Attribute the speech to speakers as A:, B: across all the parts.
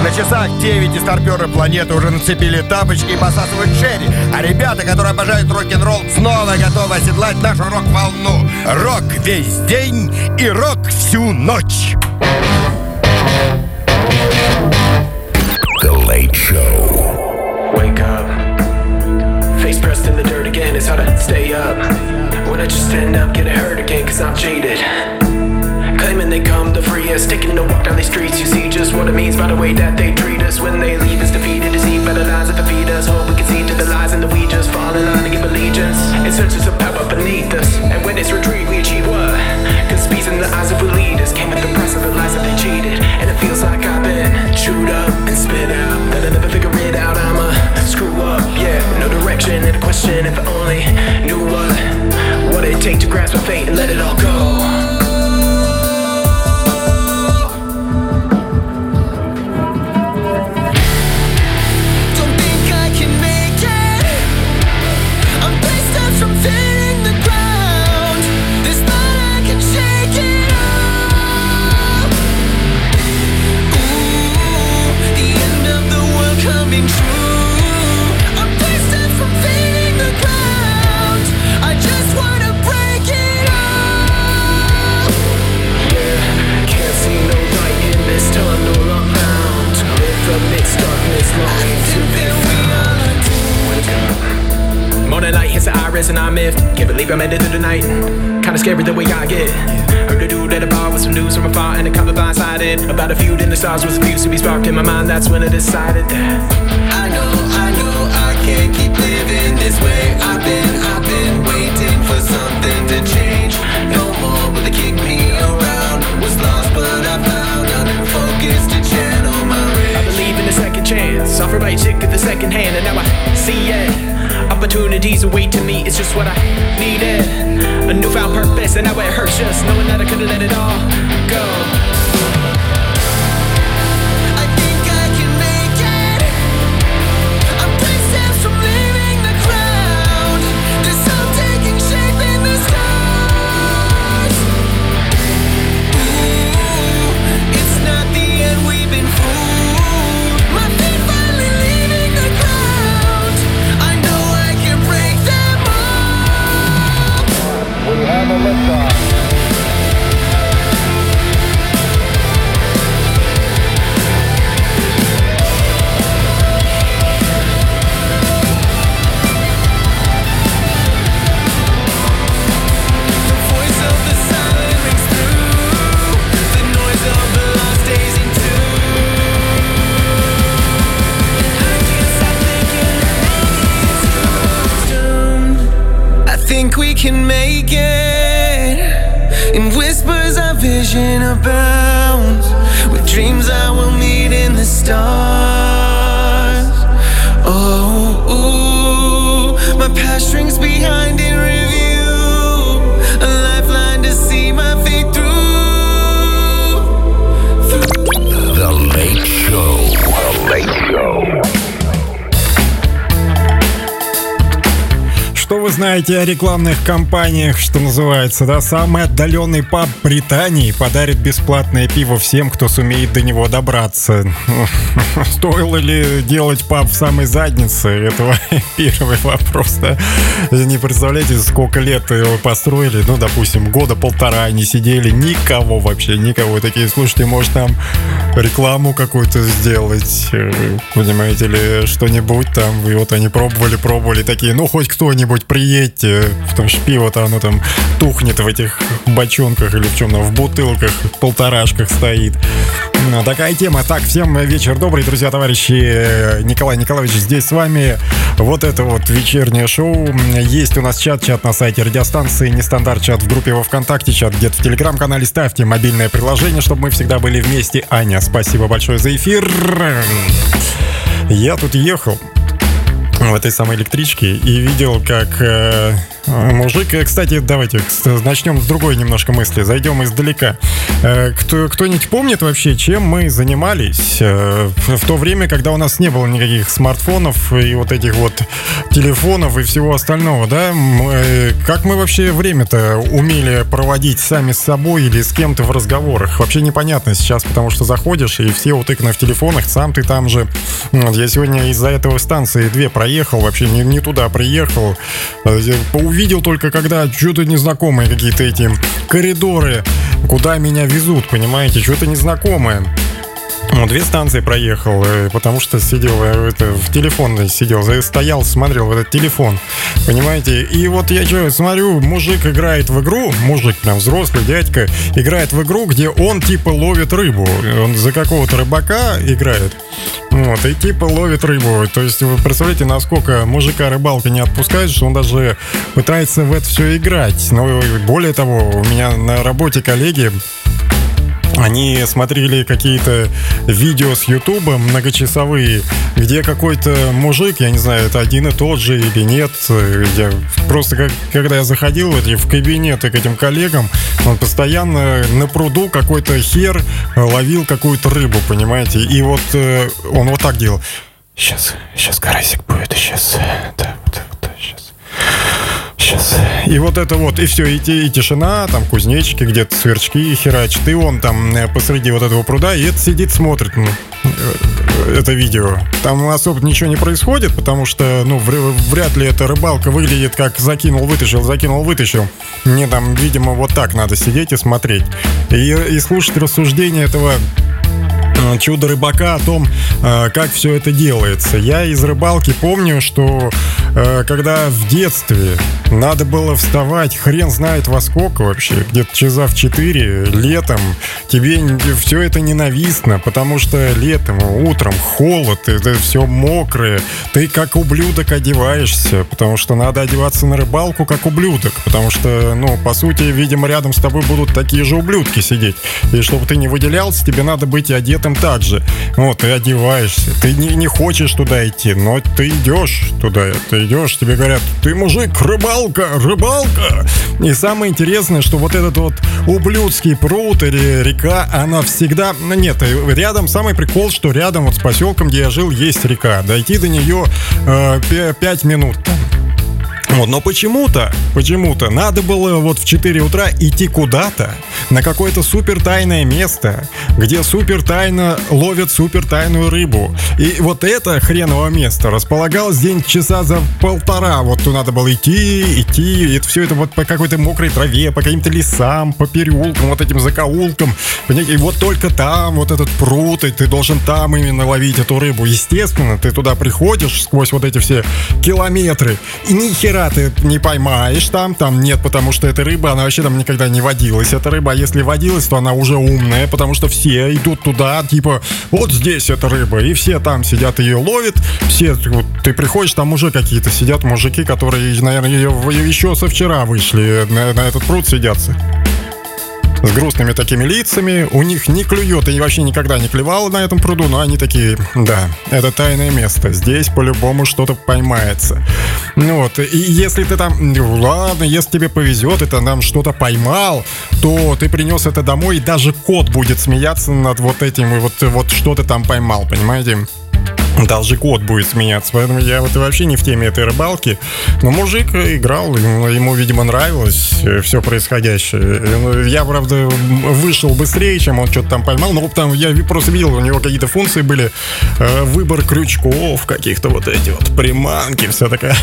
A: На часах 9, и старперы планеты уже нацепили тапочки и посасывают черри. А ребята, которые обожают рок-н-ролл, снова готовы оседлать нашу рок-волну. Рок весь день и рок всю ночь.
B: The Late Show.
C: Wake up, face pressed in the dirt again. It's hard to stay up when I just end up getting hurt again, cause I'm jaded. Claiming they come to free us, taking a walk down these streets. You see just what it means by the way that they treat us. When they leave us defeated, deceived by the lies that defeat us. Hope we can see to the lies and that we just fall in line and give allegiance. In search of some power beneath us, and when it's retreat we achieve what? Cause peace in the eyes of the leaders came at the price of the lies that they cheated. And it feels like I've been chewed up and spit out, that I never figure it out. I'm a screw up, yeah, no direction and a question. If I only knew what it take to grasp my fate and let it all go. Morning light hits the iris and I'm miffed. Can't believe I made it through the night. Kinda scary the way I get. Heard a dude at a bar with some news from afar and a couple blindsided. About a feud in the stars was a fuse to be sparked in my mind. That's when I decided that I know I can't keep living this way. I've been waiting for something to change. No more will they kick me around. Was lost but I found a new focus to channel my rage. I believe in the second chance, offered by a chick at the second hand, and now I see it. Opportunities await to me, it's just what I needed. A newfound purpose, and now it hurts just knowing that I could've let it all go. Can make it. In whispers our vision abounds. With dreams I will meet in the stars. Oh, ooh, my past strings behind in review. A lifeline to see my fate through.
B: The Late Show. The Late Show.
D: Что вы знаете о рекламных кампаниях, что называется, да? Самый отдаленный паб Британии подарит бесплатное пиво всем, кто сумеет до него добраться. Стоило ли делать паб в самой заднице? Это первый вопрос, да? Не представляете, сколько лет его построили? Ну, допустим, года полтора они сидели, никого вообще, никого. Такие, слушайте, может там рекламу какую-то сделать, понимаете ли, что-нибудь там. И вот они пробовали, такие, ну, хоть кто-нибудь приедьте, потому что пиво-то оно там тухнет в этих бочонках или в чем там, в бутылках, полторашках стоит. Ну, такая тема. Так, всем вечер добрый, друзья, товарищи. Николай Николаевич здесь с вами. Вот это вот вечернее шоу. Есть у нас чат на сайте радиостанции Нестандарт, чат в группе во ВКонтакте, чат где-то в Телеграм-канале. Ставьте мобильное приложение, чтобы мы всегда были вместе. Аня, спасибо большое за эфир. Я тут ехал в этой самой электричке и видел, как мужик... Кстати, давайте начнем с другой немножко мысли, зайдем издалека. Кто-нибудь помнит вообще, чем мы занимались в то время, когда у нас не было никаких смартфонов и вот этих вот телефонов и всего остального, да? Как мы вообще время-то умели проводить сами с собой или с кем-то в разговорах? Вообще непонятно сейчас, потому что заходишь, и все утыканы в телефонах, сам ты там же. Я сегодня из-за этого станции 2 проехал, вообще не туда приехал. Увидел только, когда что-то незнакомые какие-то эти коридоры, куда меня везут, понимаете, что-то незнакомое. 2 станции проехал, потому что сидел в телефон сидел, стоял, смотрел в этот телефон, понимаете. И вот я смотрю, мужик играет в игру, мужик прям взрослый дядька, играет в игру, где он типа ловит рыбу. Он за какого-то рыбака играет. Вот, и типа ловит рыбу. То есть вы представляете, насколько мужика рыбалка не отпускает, что он даже пытается в это все играть. Но более того, у меня на работе коллеги, они смотрели какие-то видео с Ютуба многочасовые, где какой-то мужик, я не знаю, это один и тот же или нет. Я просто, когда я заходил в кабинеты к этим коллегам, он постоянно на пруду какой-то хер ловил какую-то рыбу, понимаете. И вот он вот так делал. Сейчас карасик будет, сейчас. Да, вот сейчас. Сейчас. И вот это вот, и все, и тишина, там кузнечики, где-то сверчки херачат, и он там посреди вот этого пруда, и это сидит, смотрит это видео. Там особо ничего не происходит, потому что, вряд ли эта рыбалка выглядит как закинул, вытащил. Мне там, видимо, вот так надо сидеть и смотреть. И слушать рассуждения этого чудо рыбака о том, как все это делается. Я из рыбалки помню, что когда в детстве надо было вставать хрен знает во сколько вообще, где-то часа в 4 летом, тебе все это ненавистно, потому что летом, утром холод, это все мокрое, ты как ублюдок одеваешься, потому что надо одеваться на рыбалку как ублюдок, потому что, по сути, видимо, рядом с тобой будут такие же ублюдки сидеть, и чтобы ты не выделялся, тебе надо быть одетым так же. Вот, ты одеваешься, ты не хочешь туда идти, но ты идешь туда, тебе говорят, ты мужик, рыбалка. И самое интересное, что вот этот вот ублюдский пруд или река, она всегда... Нет, рядом, самый прикол, что рядом вот с поселком, где я жил, есть река. Дойти до нее 5 минут. Вот, но почему-то надо было вот в 4 утра идти куда-то, на какое-то супертайное место, где супертайно ловят супертайную рыбу. И вот это хреново место располагалось где-нибудь часа за 1,5. Вот туда надо было идти, и это все это вот по какой-то мокрой траве, по каким-то лесам, по переулкам, вот этим закоулкам. И вот только там вот этот пруд, и ты должен там именно ловить эту рыбу. Естественно, ты туда приходишь сквозь вот эти все километры, и ни хера ты не поймаешь там нет, потому что эта рыба, она вообще там никогда не водилась. Эта рыба, а если водилась, то она уже умная, потому что все идут туда, типа, вот здесь эта рыба, и все там сидят, ее ловят. Все, вот, ты приходишь, там уже какие-то сидят мужики, которые, наверное, еще со вчера вышли на этот пруд сидятся. С грустными такими лицами, у них не клюет, и вообще никогда не клевало на этом пруду, но они такие, да, это тайное место, здесь по-любому что-то поймается. Вот, и если ты там, ладно, если тебе повезет, и ты там что-то поймал, то ты принес это домой, и даже кот будет смеяться над вот этим, и вот что ты там поймал, понимаете? Даже кот будет смеяться, поэтому я вот вообще не в теме этой рыбалки. Но мужик играл, ему, видимо, нравилось все происходящее. Я, правда, вышел быстрее, чем он что-то там поймал, но там я просто видел, у него какие-то функции были, выбор крючков, каких-то вот эти вот приманки, вся такая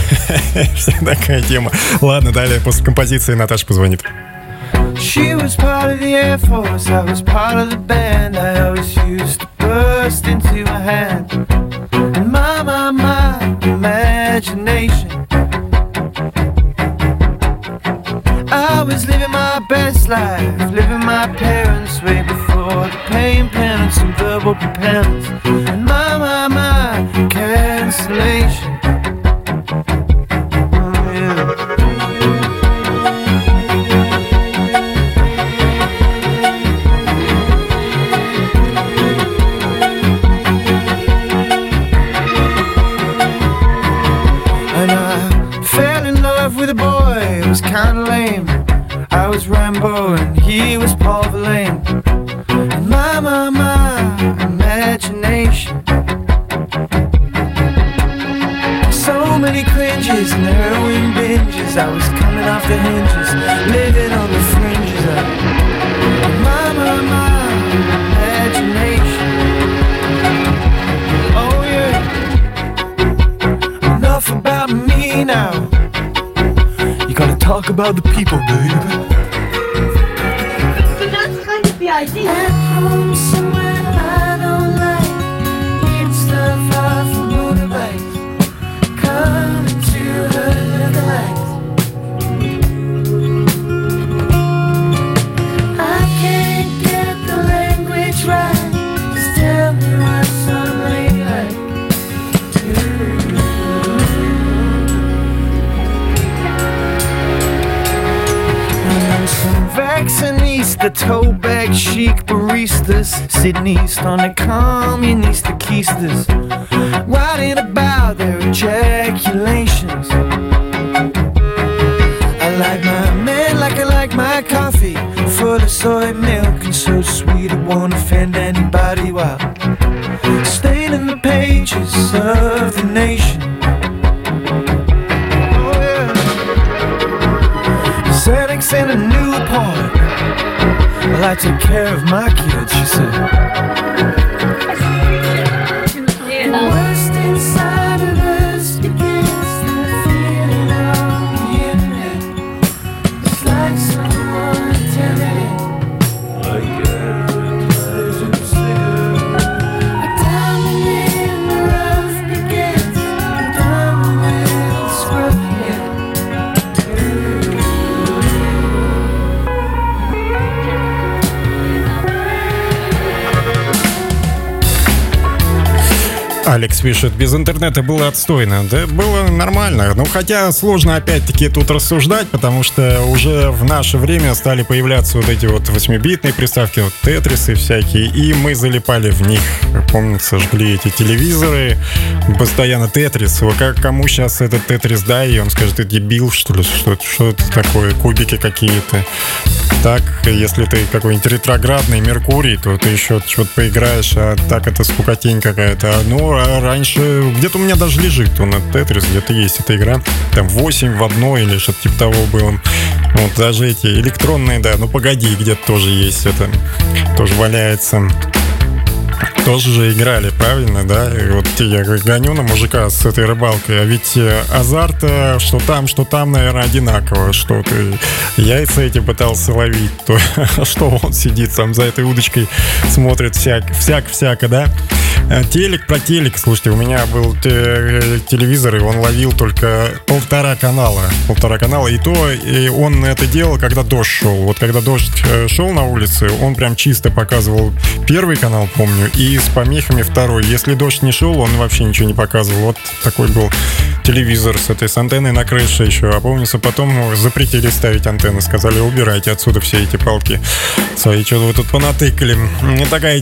D: тема. Ладно, далее после композиции Наташа позвонит.
E: She was part of the Air Force, I was part of the band. I always used to burst into my hand. And my imagination. I was living my best life, living my parents' way before the pain, penance and verbal repentance. And my cancellation. Rambo and he was Paul Verlaine. And my imagination. So many cringes and heroin binges. I was coming off the hinges, living on the fringes of my imagination. Oh yeah. Enough about me now. You gotta talk about the people, baby.
F: So that's kind of the idea.
E: At home somewhere I don't like, eating stuff off a motorbike, coming to her the lights. I can't get the language right. Just tell me what somebody like to. Some vaccinista, toe bag chic baristas, sitting east on the communista keisters, writing about their ejaculations. I like my man like I like my coffee, full of soy milk and so sweet it won't offend anybody while staining the pages of the nation. Xanax and a Newport. Well, I take care of my kids, she said. The worst inside of us begins the feeling on the internet. It's like someone telling it. A diamond in the rough begins. A diamond will scrub it.
D: Алекс пишет, без интернета было отстойно. Да, было нормально. Ну, хотя сложно опять-таки тут рассуждать, потому что уже в наше время стали появляться вот эти вот 8-битные приставки, вот тетрисы всякие, и мы залипали в них. Помнится, жгли эти телевизоры, постоянно тетрис. Кому сейчас этот тетрис дай, и он скажет, ты дебил, что ли? Что это такое? Кубики какие-то. Так, если ты какой-нибудь ретроградный Меркурий, то ты еще что-то поиграешь, а так это скукотень какая-то. Ну, а раньше где-то у меня даже лежит он от Тетрис, где-то есть эта игра. Там 8 в одной или что-то типа того было. Вот даже эти электронные, да, ну погоди, где-то тоже есть это. Тоже валяется. Тоже же играли, правильно, да? И вот я гоню на мужика с этой рыбалкой, а ведь азарт, что там, наверное, одинаково. Что ты яйца эти пытался ловить, то что он сидит там за этой удочкой, смотрит всяко, да? Про телек, слушайте, у меня был телевизор, и он ловил только полтора канала, и то и он это делал, когда дождь шел. Вот когда дождь шел на улице, он прям чисто показывал первый канал, помню, и с помехами второй. Если дождь не шел, он вообще ничего не показывал. Вот такой был телевизор с антенной на крыше еще. А помнится, потом запретили ставить антенны, сказали, убирайте отсюда все эти палки свои, что вы тут понатыкали. Такая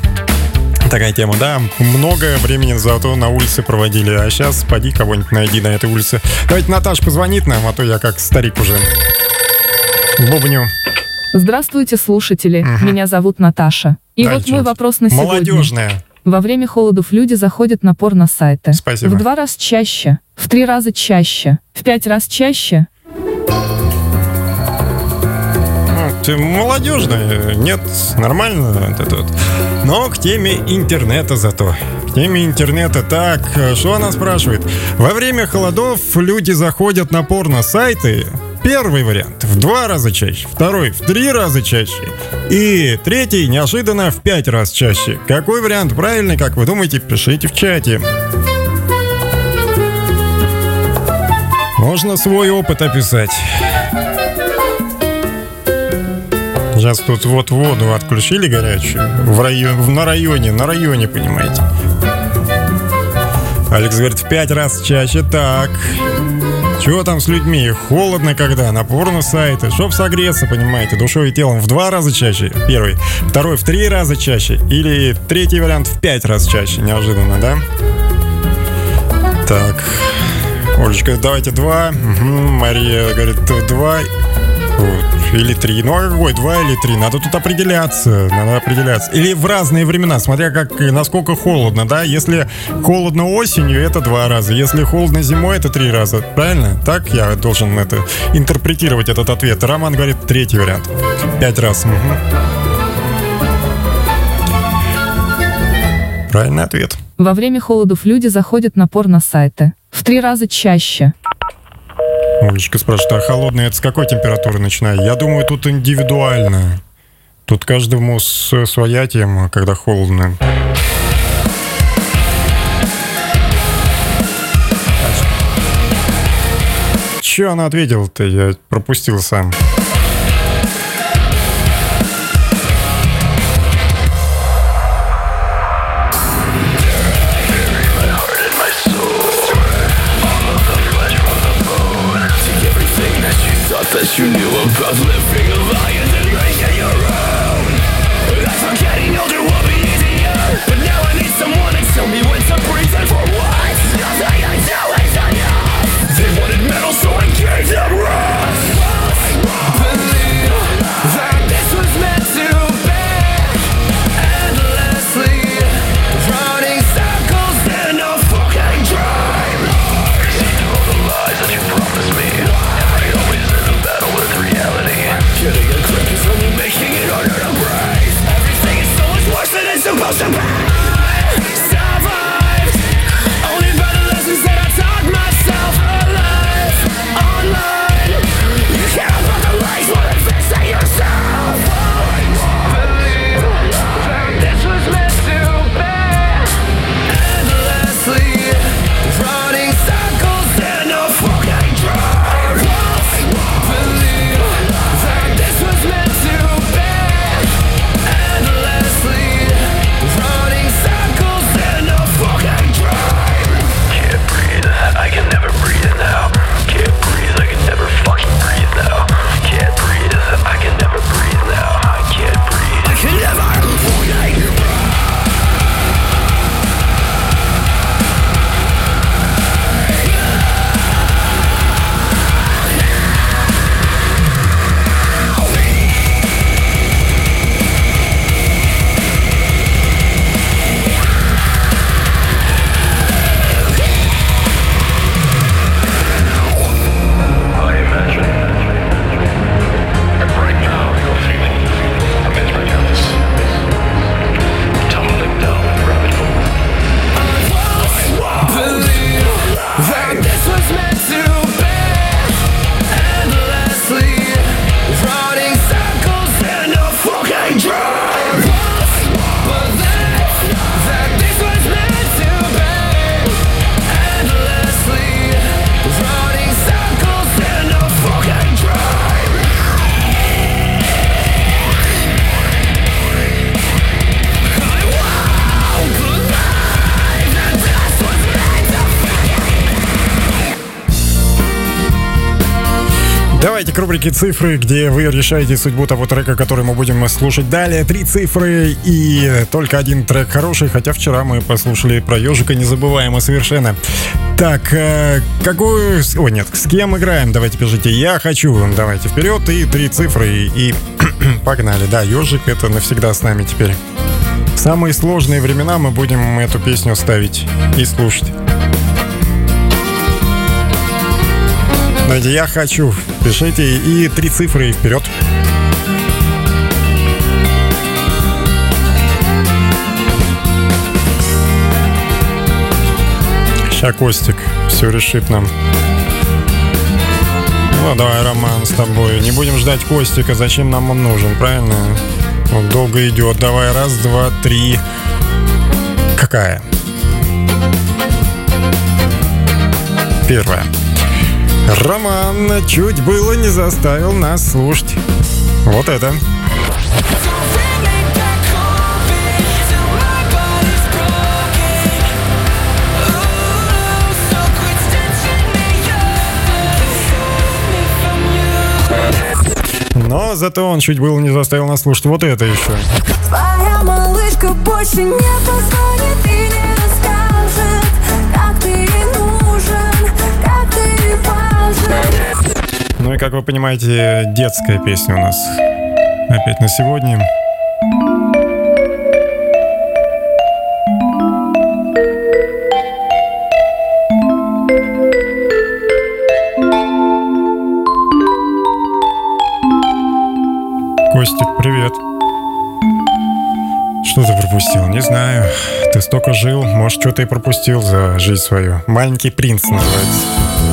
D: тема, да. Много времени зато на улице проводили. А сейчас поди кого-нибудь найди на этой улице. Давайте Наташа позвонит нам, а то я как старик уже бубню.
G: Здравствуйте, слушатели. Меня зовут Наташа. И вот мой вопрос на сегодня.
D: Молодежная.
G: Во время холодов люди заходят на порно-сайты.
D: Спасибо.
G: В 2 раза чаще, в 3 раза чаще, в 5 раз чаще.
D: Ты молодежная, нет, нормально это вот. Но к теме интернета зато. К теме интернета так, что она спрашивает? Во время холодов люди заходят на порно-сайты. Первый вариант в 2 раза чаще, второй в 3 раза чаще и третий неожиданно в 5 раз чаще. Какой вариант правильный, как вы думаете, пишите в чате. Можно свой опыт описать. Сейчас тут вот воду отключили горячую на районе, понимаете. Алекс говорит, в 5 раз чаще. Так, чего там с людьми? Холодно когда? На порно-сайты. Чтоб согреться, понимаете, душой и телом. В 2 раза чаще, первый. Второй в 3 раза чаще. Или третий вариант в 5 раз чаще. Неожиданно, да? Так, Олечка, давайте 2. Мария говорит 2. Или 3. Ну а какой? 2 или 3? Надо тут определяться. Или в разные времена, смотря насколько холодно, да? Если холодно осенью, это 2 раза. Если холодно зимой, это 3 раза. Правильно? Так я должен интерпретировать этот ответ. Роман говорит 3-й вариант. 5 раз. Угу. Правильный ответ.
G: Во время холодов люди заходят на порно-сайты в 3 раза чаще.
D: Олечка спрашивает, а холодный это с какой температуры начиная? Я думаю, тут индивидуально. Тут каждому своя тема, когда холодно. Че она ответила-то? Я пропустил сам.
C: That you knew about living a lion and making your own. I thought getting older would be easier, but now I need someone to tell me when to breathe and for what. Nothing I do is enough. They wanted metal, so I gave them rust. Believe that this was meant to be endlessly running circles in a fucking dream. I see through all the lies that you promised me. Getting a grip is only making it harder to breathe. Everything is so much worse than it's supposed to be. I survived only by the lessons that I taught myself alive. Online, you can't put the lies while investing yourself. Believe that this was meant to be endlessly running circles in a fucking dream. This was meant to be endlessly running circles in a fucking dream. Can't breathe, I can never breathe now. Can't breathe, I can never fucking breathe now. Can't breathe, I can never breathe now. I can't breathe, I can never fucking breathe.
D: Давайте к рубрике «Цифры», где вы решаете судьбу того трека, который мы будем слушать далее. 3 цифры и только 1 трек хороший, хотя вчера мы послушали про ежика, незабываемо совершенно. Так, какую... О, нет, с кем играем? Давайте пишите «Я хочу». Давайте вперед и 3 цифры и погнали. Да, ежик — это навсегда с нами теперь. В самые сложные времена мы будем эту песню ставить и слушать. Давайте «Я хочу». Пишите и 3 цифры и вперед. Ща Костик все решит нам. Ну давай, Роман, с тобой. Не будем ждать Костика, зачем нам он нужен, правильно? Он долго идет. Давай, 1, 2, 3. Какая? Первая. Роман чуть было не заставил нас слушать. Вот это. Но зато он чуть было не заставил нас слушать вот это еще.
F: Твоя малышка больше не позвонит и не расскажет, как ты ей нужен, как ты ей важен.
D: Ну и как вы понимаете, детская песня у нас опять на сегодня. Костик, привет. Что ты пропустил? Не знаю. Ты столько жил, может, что-то и пропустил за жизнь свою. «Маленький принц» называется.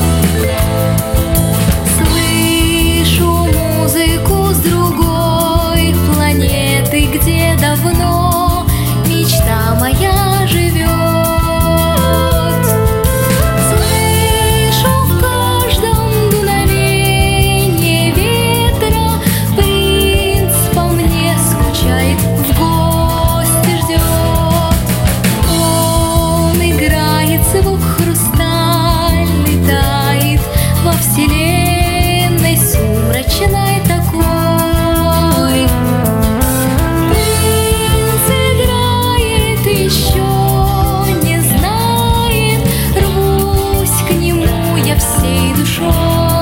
F: Слышу музыку с другой планеты, где давно мечта моя живет. Слышу в каждом дуновении ветра принц по мне скучает, в гости ждет. Он играет, звук хрустальный тает во вселенной сумрачной такой. Принц играет, еще не знает, рвусь к нему я всей душой.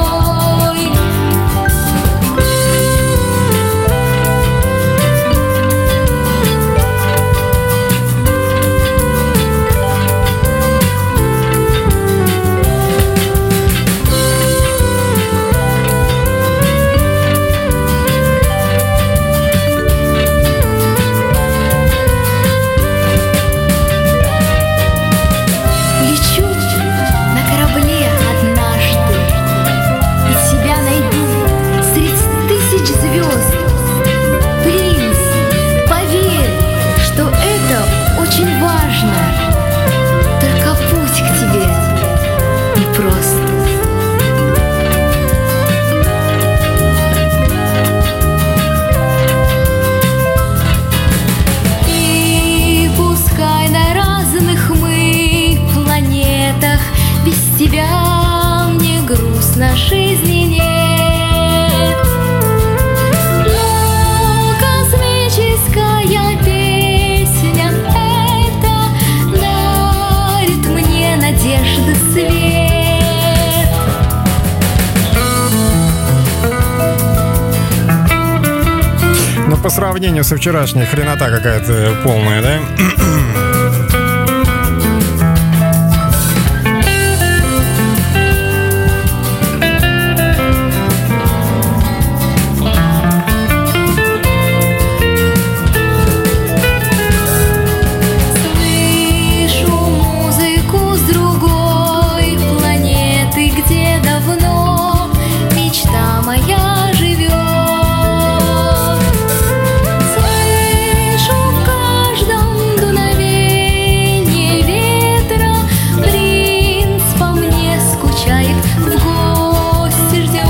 F: Лечу на корабле однажды и себя найду средь тысяч звезд. Принц, поверь, что это очень важно. Только путь к тебе непрост. И пускай на разных мы планетах без тебя мне грустно жизни нет. Но космическая песня эта дарит мне надежды свет.
D: Но по сравнению со вчерашней хренота какая-то полная, да?
F: Слышу музыку с другой планеты, где давно мечта моя живет. Слышу в каждом дуновении ветра принц по мне скучает, в гости ждет.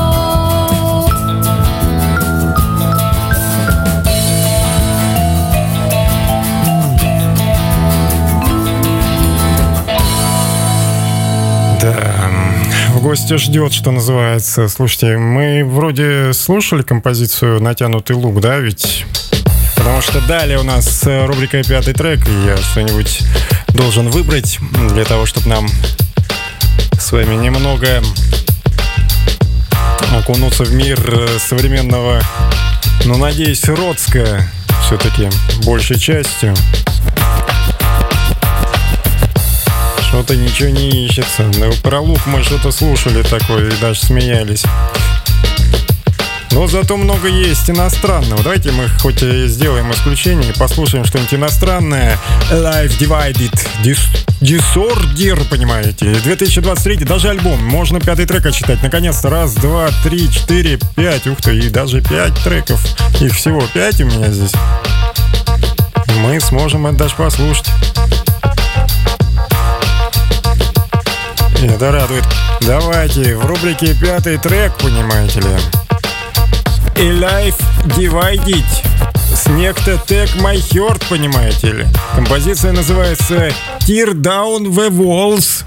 D: Да, в гости ждет, что называется. Слушайте, мы вроде слушали композицию «Натянутый лук», да, ведь? Потому что далее у нас рубрика «Пятый трек», и я что-нибудь должен выбрать для того, чтобы нам с вами немного окунуться в мир современного, но, надеюсь, родска все-таки большей частью. Что-то ничего не ищется. Ну, про лук мы что-то слушали такое и даже смеялись. Но зато много есть иностранного. Давайте мы хоть и сделаем исключение и послушаем что-нибудь иностранное. Life Divided Disorder, понимаете? 2023, даже альбом. Можно пятый трек отчитать. Наконец-то. Раз, два, три, четыре, пять. Ух ты, и даже 5 треков. Их всего 5 у меня здесь. Мы сможем это даже послушать. И это радует. Давайте в рубрике «Пятый трек», понимаете ли. И Life Divided с некто Take My Heart, понимаете ли. Композиция называется Tear Down the Walls.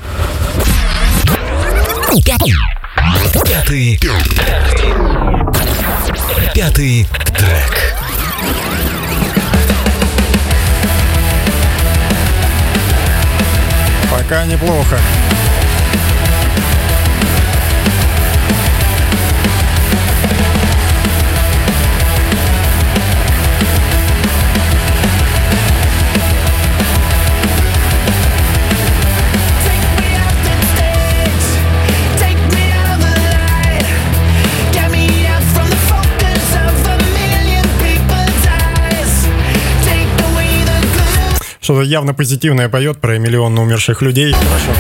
B: Пятый трек.
D: Пока неплохо. явно позитивное поет про миллион умерших людей. Хорошо.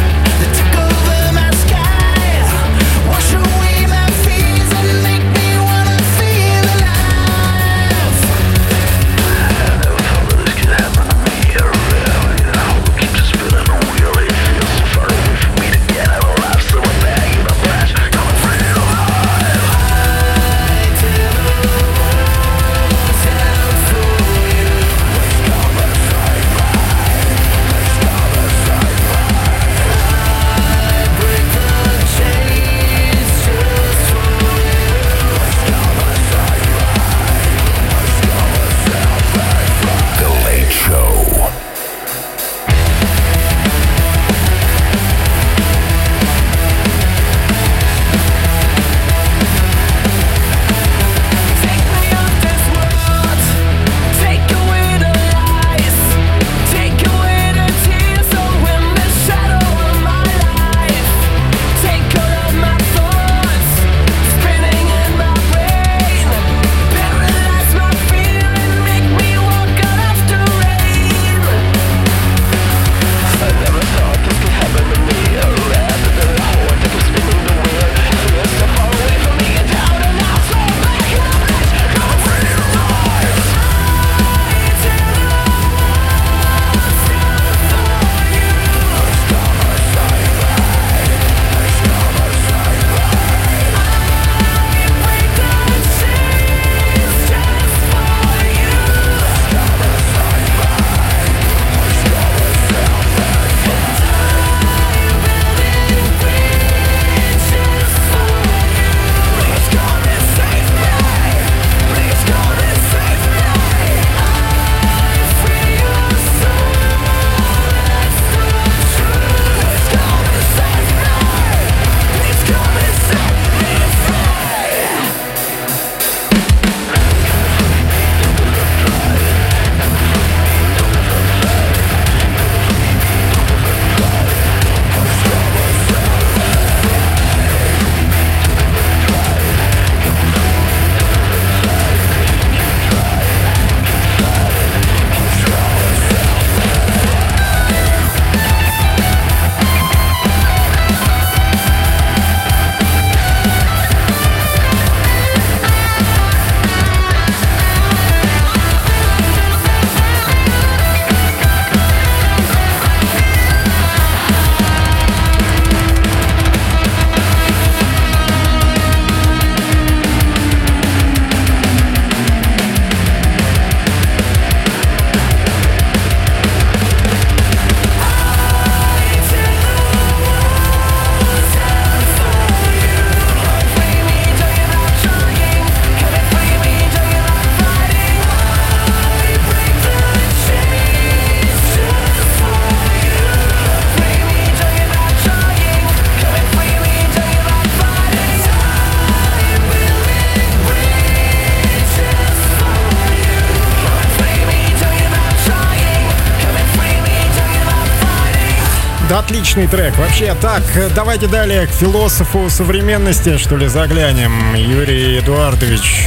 D: Отличный трек. Вообще, так, давайте далее к философу современности, что ли, заглянем. Юрий Эдуардович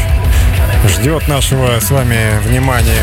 D: ждет нашего с вами внимания.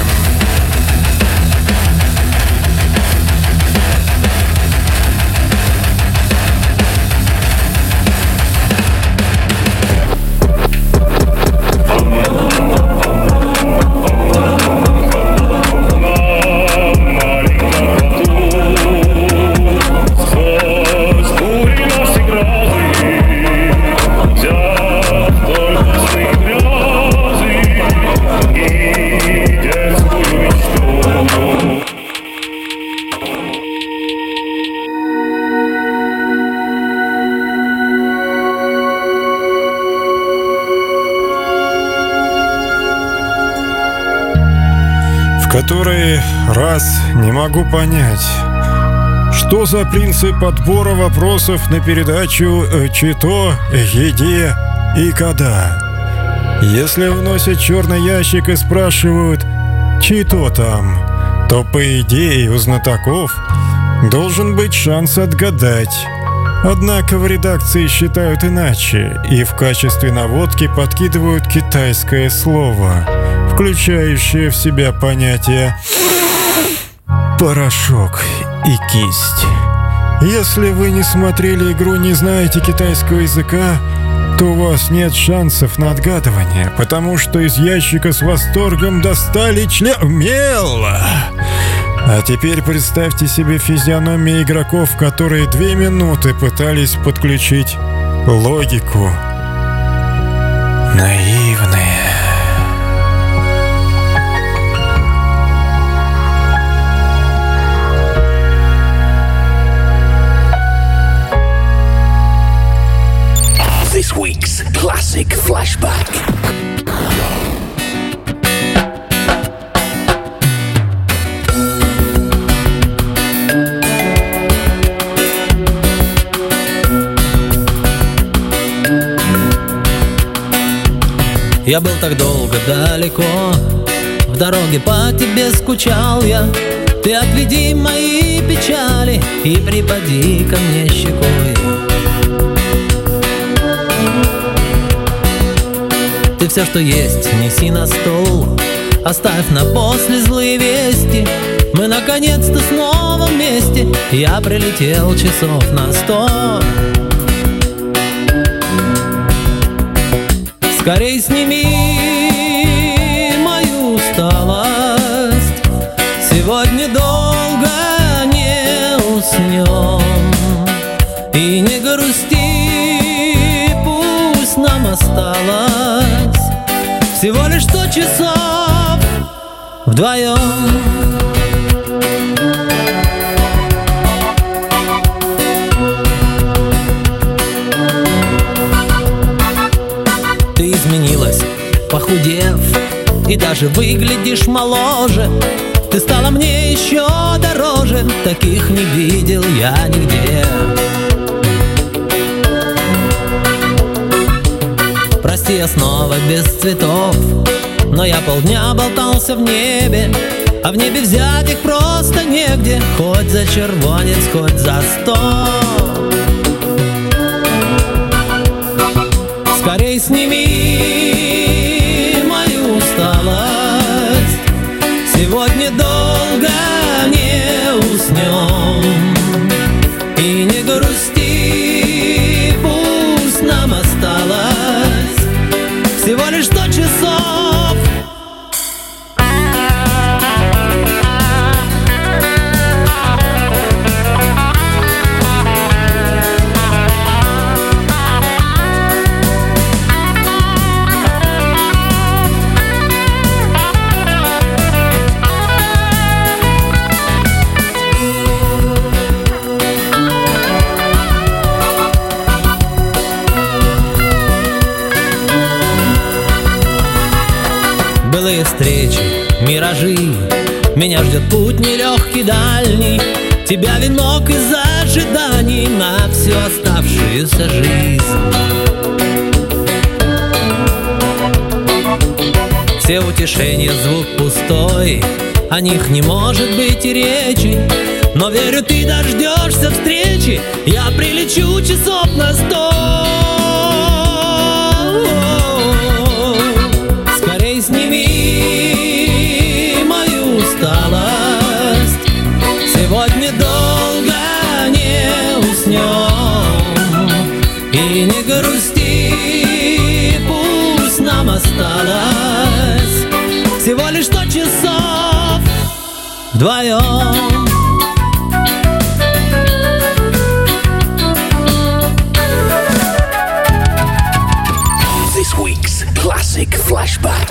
D: Который раз не могу понять, что за принцип отбора вопросов на передачу «Чито, еде и когда». Если вносят черный ящик и спрашивают «Чито там?», то, по идее, у знатоков должен быть шанс отгадать. Однако в редакции считают иначе и в качестве наводки подкидывают китайское слово, включающее в себя понятие порошок и кисть. Если вы не смотрели игру, не знаете китайского языка, то у вас нет шансов на отгадывание, потому что из ящика с восторгом достали мел. А теперь представьте себе физиономии игроков, которые 2 минуты пытались подключить логику. Наивные.
B: This week's classic flashback.
H: Я был так долго далеко, в дороге по тебе скучал я. Ты отведи мои печали и припади ко мне щекой. Ты все, что есть, неси на стол, оставь на после злые вести. Мы наконец-то снова вместе, я прилетел часов на 100. Скорей сними мою усталость, сегодня долго не уснем. И не грусти, пусть нам осталось всего лишь 100 часов вдвоем. Похудев, и даже выглядишь моложе. Ты стала мне еще дороже, таких не видел я нигде. Прости, я снова без цветов, но я полдня болтался в небе, а в небе взять их просто негде, хоть за червонец, хоть за 100. Скорей сними мою усталость, сегодня долго не уснем. И не грусти, пусть нам осталось всего лишь 100 часов. Былые встречи, миражи, меня ждет путь нелегкий, дальний. Тебя венок из ожиданий на всю оставшуюся жизнь. Все утешения, звук пустой, о них не может быть и речи. Но верю, ты дождешься встречи, я прилечу часов на 100. Сними мою усталость, сегодня долго не уснем. И не грусти, пусть нам осталось всего лишь 100 часов вдвоем.
B: This week's classic flashback.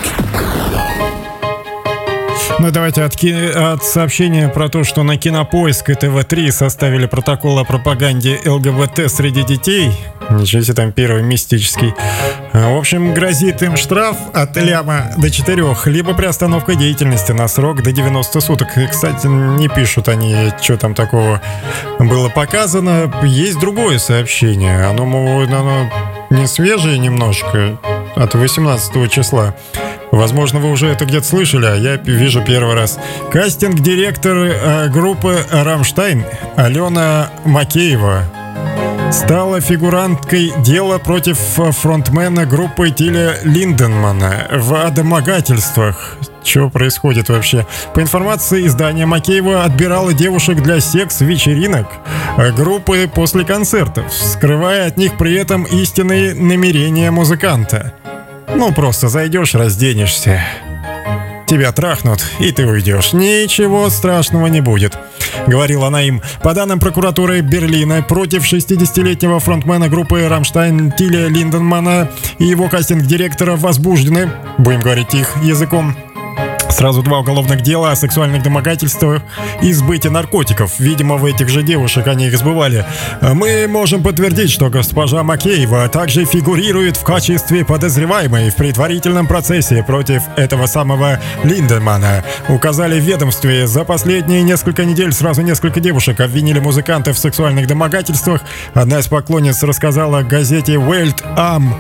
D: Ну, давайте от сообщения про то, что на Кинопоиск и ТВ3 составили протокол о пропаганде ЛГБТ среди детей. Ничего себе, там первый мистический. В общем, грозит им штраф от ляма до 4, либо приостановка деятельности на срок до 90 суток. И, кстати, не пишут они, что там такого было показано. Есть другое сообщение. Оно не свежее немножко, от 18 числа. Возможно, вы уже это где-то слышали, а я вижу первый раз. Кастинг-директор группы «Рамштайн» Алена Макеева стала фигуранткой дела против фронтмена группы Тиля Линдеманна в домогательствах. Что происходит вообще? По информации издания, Макеева отбирала девушек для секс-вечеринок группы после концертов, скрывая от них при этом истинные намерения музыканта. Ну, просто зайдешь, разденешься, тебя трахнут, и ты уйдешь. Ничего страшного не будет, говорила она им. По данным прокуратуры Берлина, против 60-летнего фронтмена группы «Рамштайн» Тиля Линдеманна и его кастинг-директора возбуждены, будем говорить их языком, сразу 2 уголовных дела о сексуальных домогательствах и сбытии наркотиков. Видимо, в этих же девушек они их сбывали. Мы можем подтвердить, что госпожа Макеева также фигурирует в качестве подозреваемой в предварительном процессе против этого самого Линдеманна. Указали в ведомстве. За последние несколько недель сразу несколько девушек обвинили музыканта в сексуальных домогательствах. Одна из поклонниц рассказала газете Welt Am,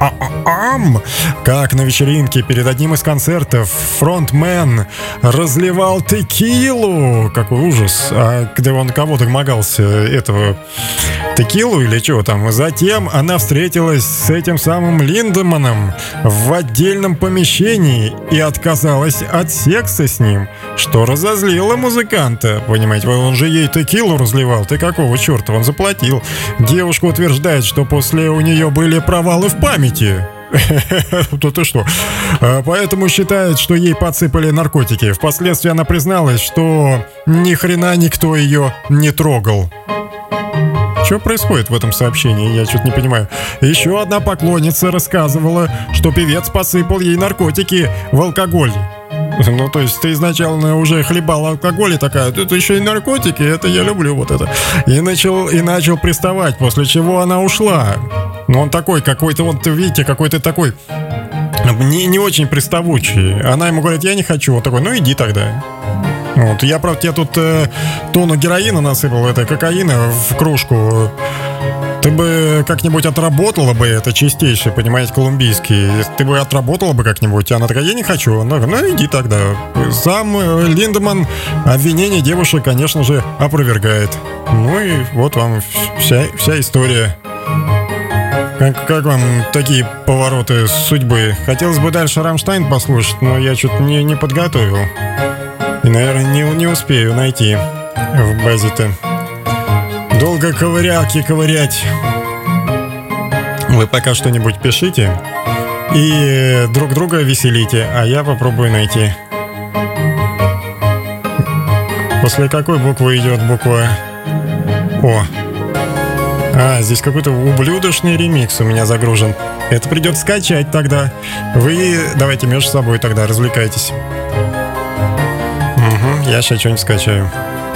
D: как на вечеринке перед одним из концертов фронтмен разливал текилу. Какой ужас. А когда он кого-то домогался, этого текилу или чего там. Затем она встретилась с этим самым Линдеманном в отдельном помещении и отказалась от секса с ним, что разозлило музыканта. Понимаете, он же ей текилу разливал. Ты какого черта? Он заплатил. Девушка утверждает, что после у нее были провалы в памяти. То ты что? Поэтому считает, что ей подсыпали наркотики. Впоследствии она призналась, что ни хрена никто ее не трогал. Что происходит в этом сообщении? Я что-то не понимаю. Еще одна поклонница рассказывала, что певец посыпал ей наркотики в алкоголь. Ну, то есть ты изначально уже хлебал алкоголь и такая, это еще и наркотики, это я люблю вот это. И начал приставать, после чего она ушла. Но он такой какой-то, вот видите, какой-то такой не очень приставучий. Она ему говорит, я не хочу. Он такой, ну иди тогда. Вот. Я, правда, тебе тут тонну героина насыпал, это кокаина в кружку. Ты бы как-нибудь отработала бы это чистейшее, понимаете, колумбийский. Ты бы отработала бы как-нибудь. Она такая, я не хочу. Ну иди тогда. Сам Линдеманн обвинение девушек, конечно же, опровергает. Ну и вот вам вся история. Как вам такие повороты судьбы? Хотелось бы дальше «Рамштайн» послушать, но я что-то не подготовил. И, наверное, не успею найти в базе-то. Долго ковырять. Вы пока что-нибудь пишите и друг друга веселите, а я попробую найти. После какой буквы идет буква О? Здесь какой-то ублюдочный ремикс у меня загружен. Это придется скачать тогда. Вы давайте между собой тогда развлекайтесь. Угу, я сейчас что-нибудь скачаю.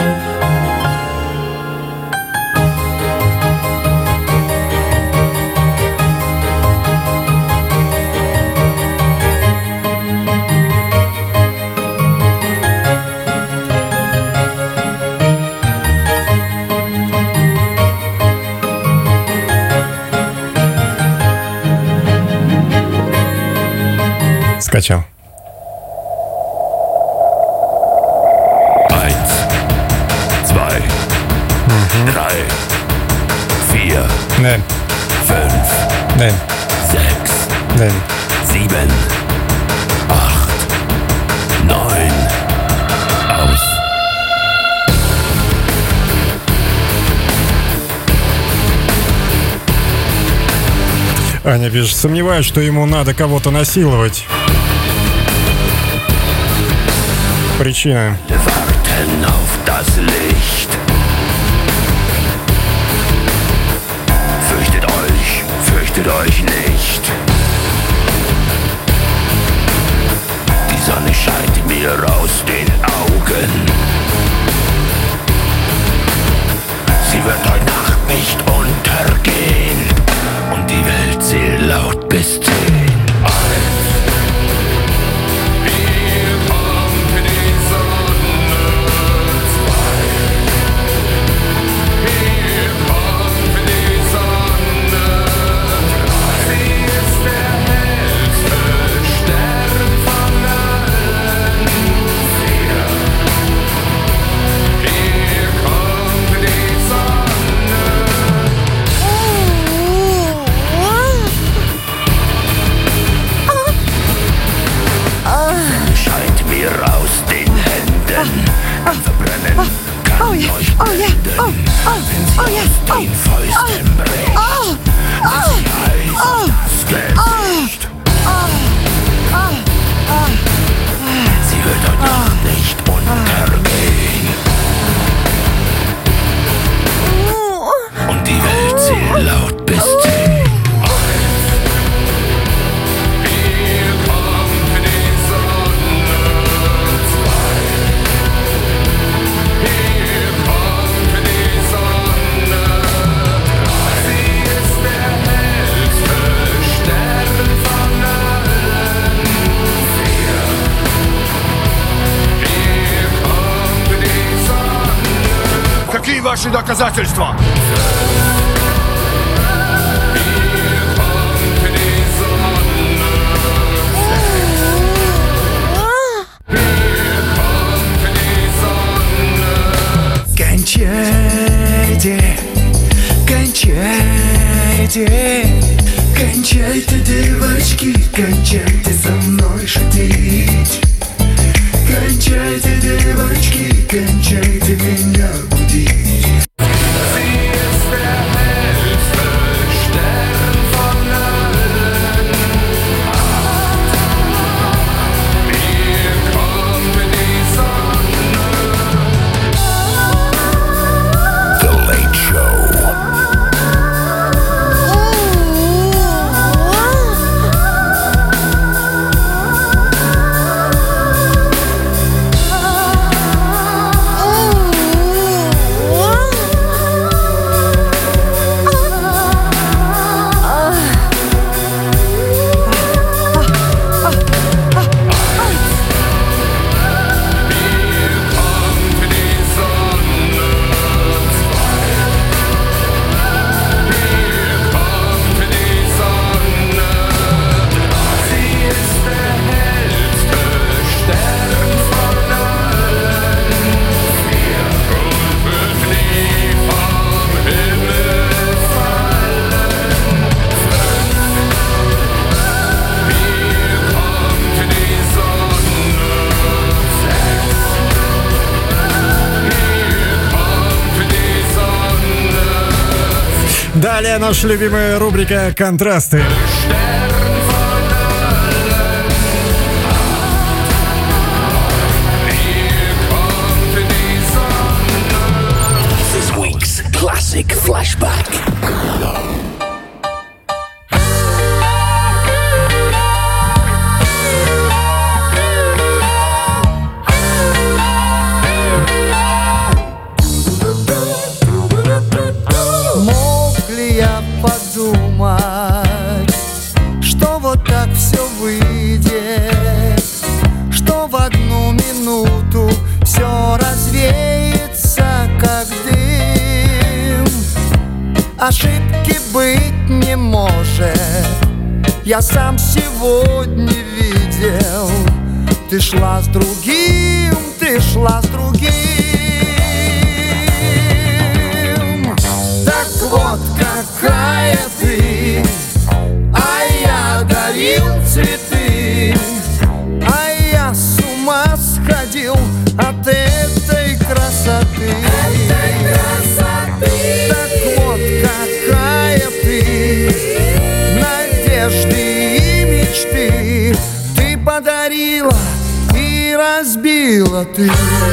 D: Скачал.
B: 1, 2, 3, 4,
D: Nein.
B: 5,
D: Nein.
B: 6,
D: Nein.
B: 7, 8, 9, aus.
D: Аня пишет, сомневаюсь, что ему надо кого-то насиловать. Причина.
B: Warten auf das Licht. Fürchtet euch nicht. Die Sonne scheint mir aus den Augen. Sie wird heute Nacht nicht untergehen. Und die Welt zählt laut bis 10. den Fäusten bricht. Sie heißt das Gesicht. Sie wird heute Nacht nicht untergehen. Und die Welt zählt laut bis 10.
A: Какие ваши доказательства?
E: Кончайте, кончайте, кончайте, девочки, кончайте со мной шутить. Кончайте, девочки, кончайте меня будить.
D: Далее наша любимая рубрика «Контрасты».
B: This week's classic flashback.
E: Подумать, что вот так все выйдет, что в одну минуту все развеется, как дым. Ошибки быть не может, я сам сегодня видел. Ты шла с другим, ты шла с другим. Так вот какая ты, а я дарил цветы, а я с ума сходил от этой красоты. Так вот какая ты, надежды и мечты ты подарила и разбила ты.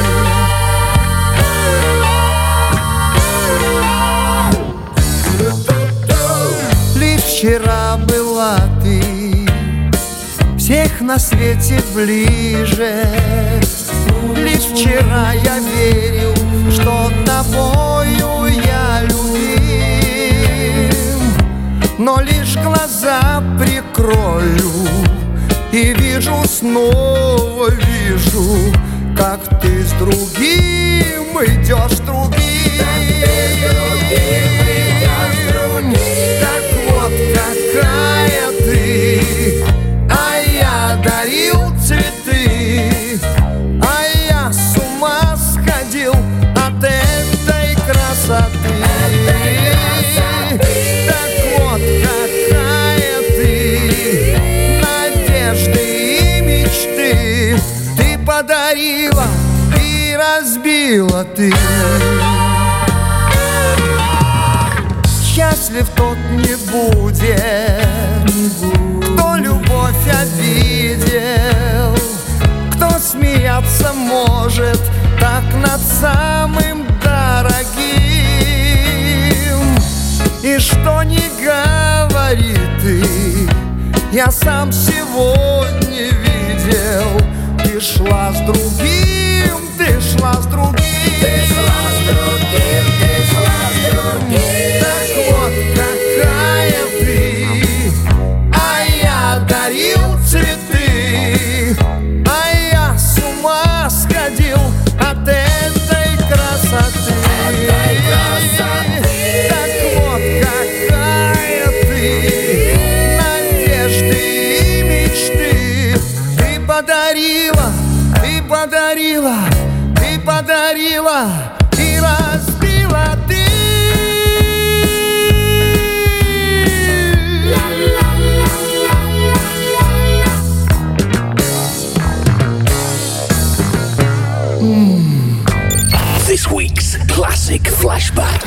E: Вчера была ты всех на свете ближе. Лишь вчера я верил, что тобою я любим. Но лишь глаза прикрою и вижу, снова вижу, как ты с другим идешь, с другим. Так вот какая ты, а я дарил цветы, а я с ума сходил от этой красоты. Так вот какая ты, надежды и мечты ты подарила и разбила ты. счастлив, тот не будет, кто любовь обидел, кто смеяться может так над самым дорогим. И что не говори ты, я сам сегодня видел. Ты шла с другим, ты шла с другим, ты шла с другим, ты шла с другим. Так вот какая ты, а я дарил цветы, а я с ума сходил от этой красоты. Так вот какая ты, надежды и мечты ты подарила, ты подарила, ты подарила и разбила ты.
B: This week's classic flashback.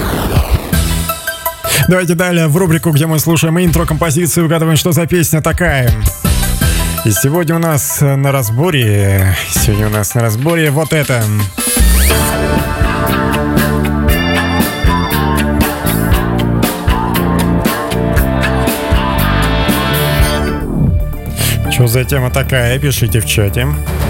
D: Давайте далее в рубрику, где мы слушаем интро композиции, угадываем, что за песня такая. И сегодня у нас на разборе вот это. Что за тема такая? Пишите в чате.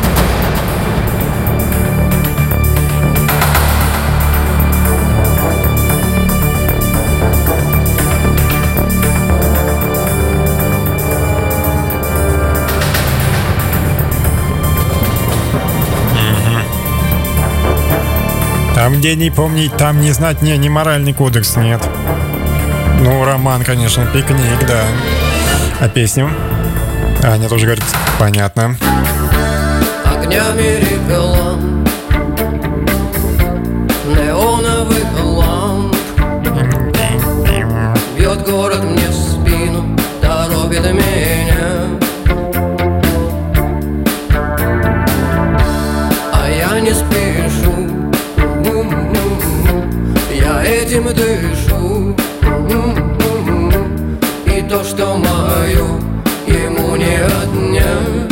D: Там, где не помнить, там не знать, не моральный кодекс, нет. Ну, роман, конечно, пикник, да. А песню? Аня тоже говорит, понятно.
I: Огнями рекламы, неоновых ламп бьет город мне в спину, торопит меня. А я не спешу, я этим дышу. И то, что мое, ему не отнять.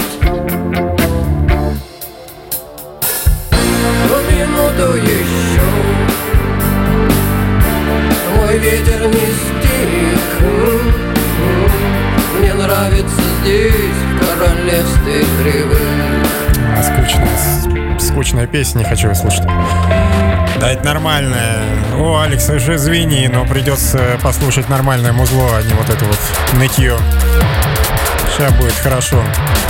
I: Минуту еще, мой ветер не стих. Мне нравится здесь, в королевстве кривых.
D: Скучная песня, не хочу ее слушать. Да, это нормальная. О, Алекс, уж извини, но придется послушать нормальное музло, а не вот это вот нытье. Сейчас будет хорошо.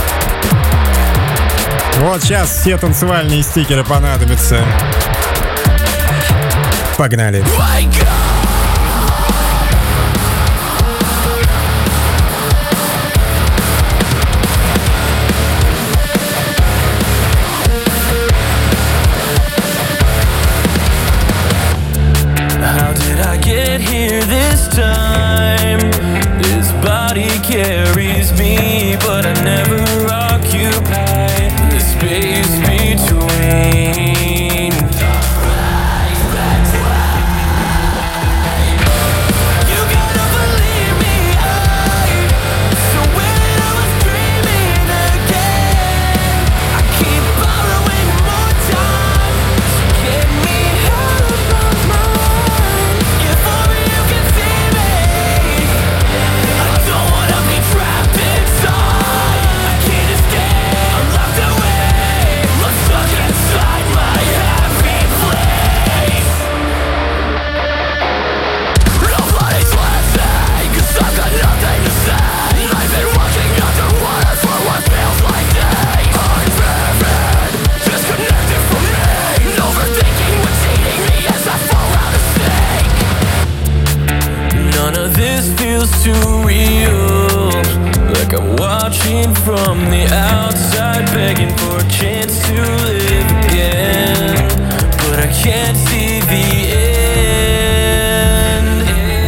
D: Вот сейчас все танцевальные стикеры понадобятся. Погнали.
J: Here this time, this body carries me, but I never occupy the space between. You gotta believe me, so when I was dreaming again, I keep borrowing more time to get me out of my mind. Too real, like I'm watching from the outside, begging for a chance to live again, but I can't see the end.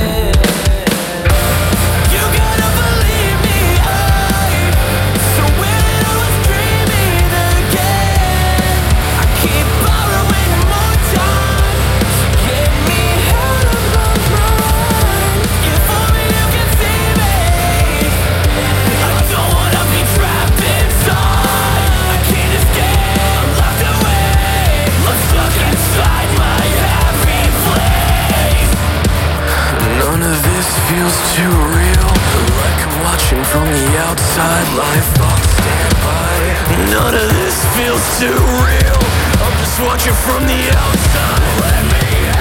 J: You gotta believe me, so when I was dreaming again, I keep borrowing more time to get me out of my mind.
C: feels too real, like I'm watching from the outside, life on standby. None of this feels too real, I'm just watching from the outside. Let me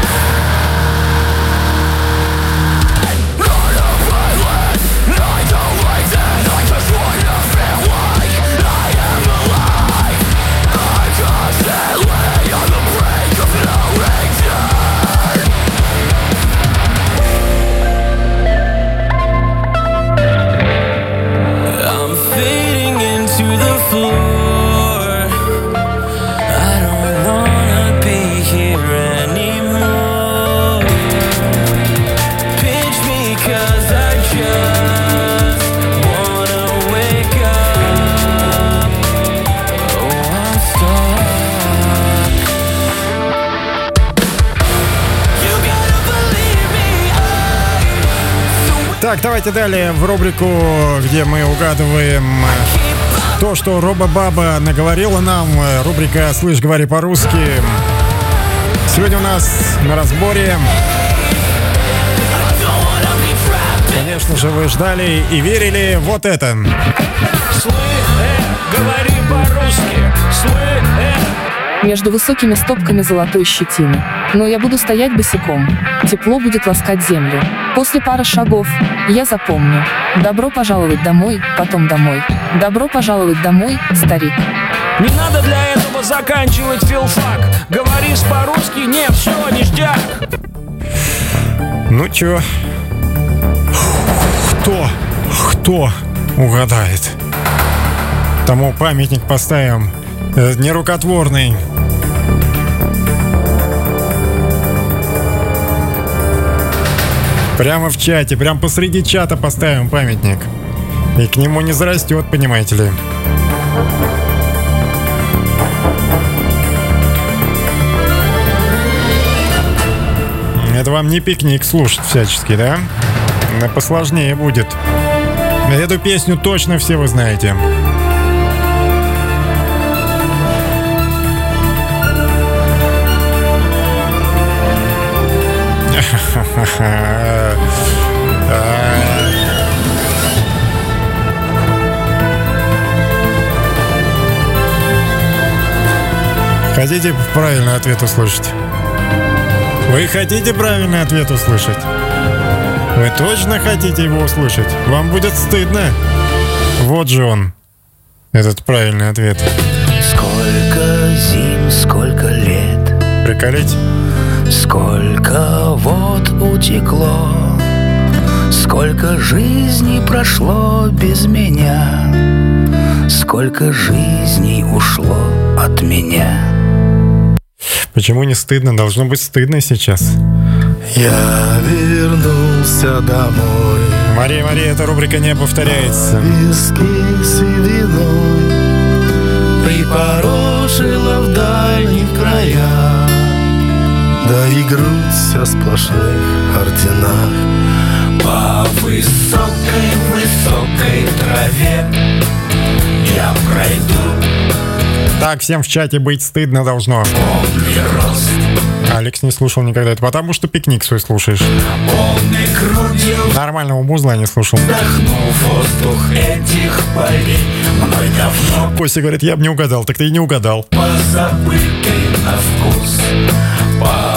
D: Так, давайте далее в рубрику, где мы угадываем то, что Робобаба наговорила нам. Рубрика «Слышь, говори по-русски». Сегодня у нас на разборе. Конечно же, вы ждали и верили вот это.
J: Говори по-русски.
G: Между высокими стопками золотой щетины. Но я буду стоять босиком. Тепло будет ласкать землю. После пары шагов я запомню. Добро пожаловать домой, потом домой. Добро пожаловать домой, старик.
J: Не надо для этого заканчивать филфак. Говоришь по-русски, нет, все, ништяк.
D: Ну чё? Кто угадает? Тому памятник поставим нерукотворный. Прямо в чате, прямо посреди чата поставим памятник. И к нему не зарастет, понимаете ли. Это вам не пикник слушать всячески, да? Посложнее будет. Эту песню точно все вы знаете. Хотите правильный ответ услышать? Вы хотите правильный ответ услышать? Вы точно хотите его услышать? Вам будет стыдно. Вот же он, этот правильный ответ.
B: Сколько зим, сколько лет.
D: Приколите?
B: Сколько вод утекло, сколько жизней прошло без меня, сколько жизней ушло от меня.
D: Почему не стыдно? Должно быть стыдно сейчас.
K: Я вернулся домой.
D: Мария, эта рубрика не повторяется.
K: Виски сединой припорошила в дальних краях. Да и грудь вся сплошных орденах.
B: По высокой траве я пройду.
D: Так, всем в чате быть стыдно должно.
B: Полный рост.
D: Алекс не слушал никогда это, потому что пикник свой слушаешь.
B: Полной грудью
D: нормального музла не слушал.
B: Вдохну воздух этих полей. Мной давно
D: Костя говорит, я бы не угадал. Так ты и не угадал.
B: позабытый на вкус. По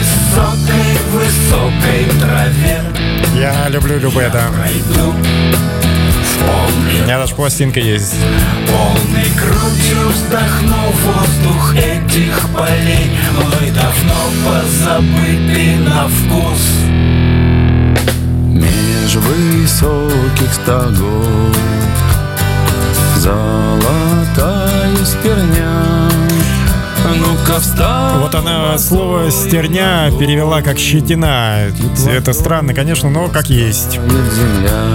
B: высокой траве
D: Я люблю любые, да.
B: пройду.
D: У меня даже пластинка есть.
B: Полной грудью вздохну воздух этих полей. Мной давно позабытый на вкус.
K: Меж высоких стогов золотая стерня. Ну-ка встань.
D: Вот она слово «стерня» перевела как «щетина». Это странно, конечно, но как есть.
K: Земля.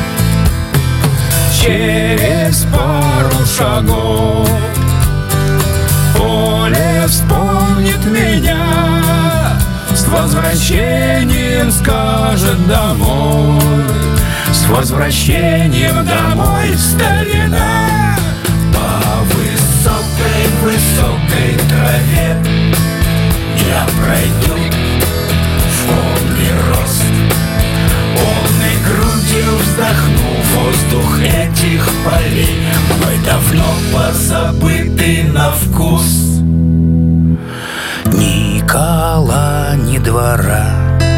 B: Через пару шагов поле вспомнит меня, с возвращением скажет домой, с возвращением домой, старина. По высокой траве я пройду в полный рост. забытый на вкус. Ни кола, ни двора,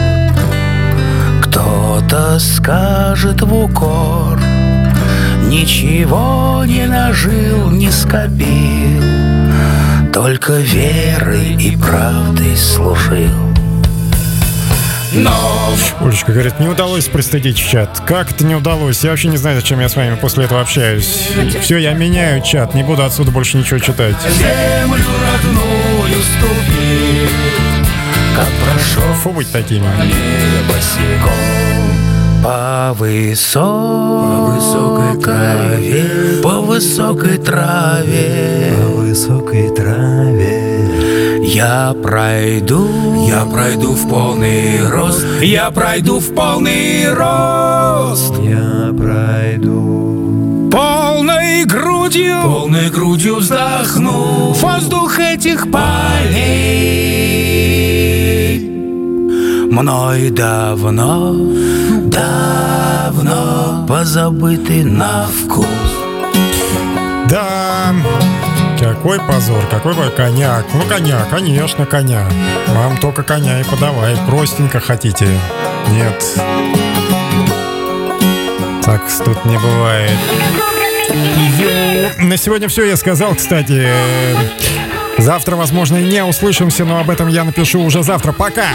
B: кто-то скажет в укор, ничего не нажил, не скопил, только верой и правдой служил. Но...
D: Олечка говорит, не удалось пристыдить в чат. Как это не удалось? Я вообще не знаю, зачем я с вами после этого общаюсь. Все, я меняю чат, не буду отсюда больше ничего читать.
B: Землю родную ступил, как прошел.
D: Фу быть такими.
B: Босиком по высокой траве, по высокой траве, по высокой траве. Я пройду в полный рост, я пройду в полный рост, я пройду полной грудью вздохну воздух этих полей. Мной давно позабытый на вкус.
D: Да, какой позор, какой коньяк. Ну, коня, конечно, коня. Вам только коня и подавай. Простенько хотите? Нет. Так тут не бывает. На сегодня все я сказал, кстати. Завтра, возможно, и не услышимся, но об этом я напишу уже завтра. Пока!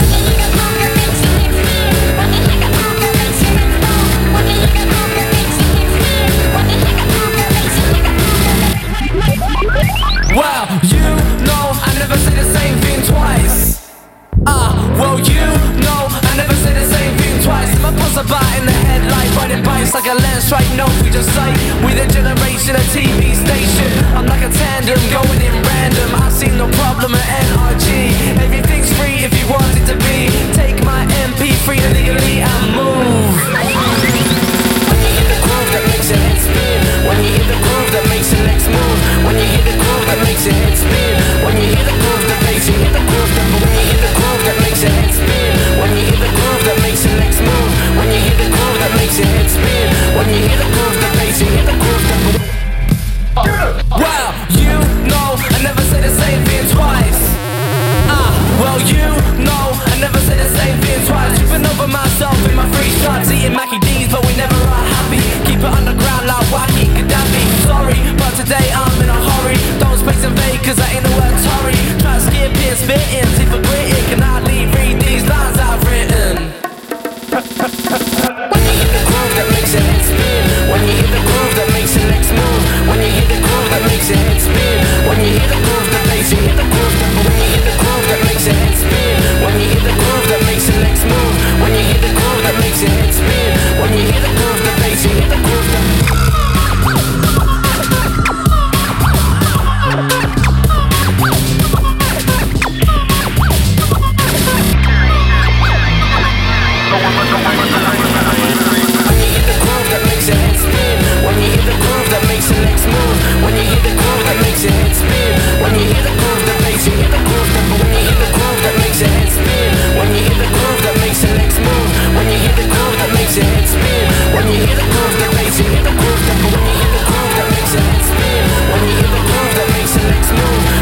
C: Wow, you know I never say the same thing twice. Well, you know I never say the same thing twice. My buzz about in the headlight, riding bikes like a lens strike. No, we just say we're the generation of TV station. I'm like a tandem going in random. I see no problem at NRG. Everything's free if you want it to be. Take my MP3 illegally and move. When you hear the groove that makes your head spin, when you hear the groove that makes your next move, when you hear the groove that makes your head spin, when you hear the groove that makes you hear the groove that, when you hear the groove that makes your head spin, when you hear the groove that makes your next move, when you hear the groove that makes your head spin, when you hear the groove that makes you hear the groove that. Wow, you know I never say the same thing twice. Well, you know I never say the same thing twice. Tripping over myself in my free shots, eating Mackie D's, but we never are happy. Keep it underground like Wacky Gaddafi. Sorry, but today I'm in a hurry. Don't space invade, cause I ain't the word sorry. Try to skip it, spitting, see for gritting. Can I read these lines I've written? When you hear the groove that makes your head spin, when you hear the groove that makes your next move, when you hear the groove that makes your head spin, when you hear the groove that makes you hear the groove that, when you hear the groove that makes your head spin, when you hear the groove that makes your next move, when you hear the groove that makes your head spin, when you hear the groove that makes you hear the groove that. When you hear the groove that makes your next move, when you hear the groove that makes your head spin, when you hear the groove that makes you hear the groove that, when you hear the groove that makes your head spin, when you hear the groove that makes your next move, when you hear the groove that makes your head spin, when you hear the groove that makes you hear the groove that, when you hear the groove that makes your head spin, when you hear the groove that makes your next move,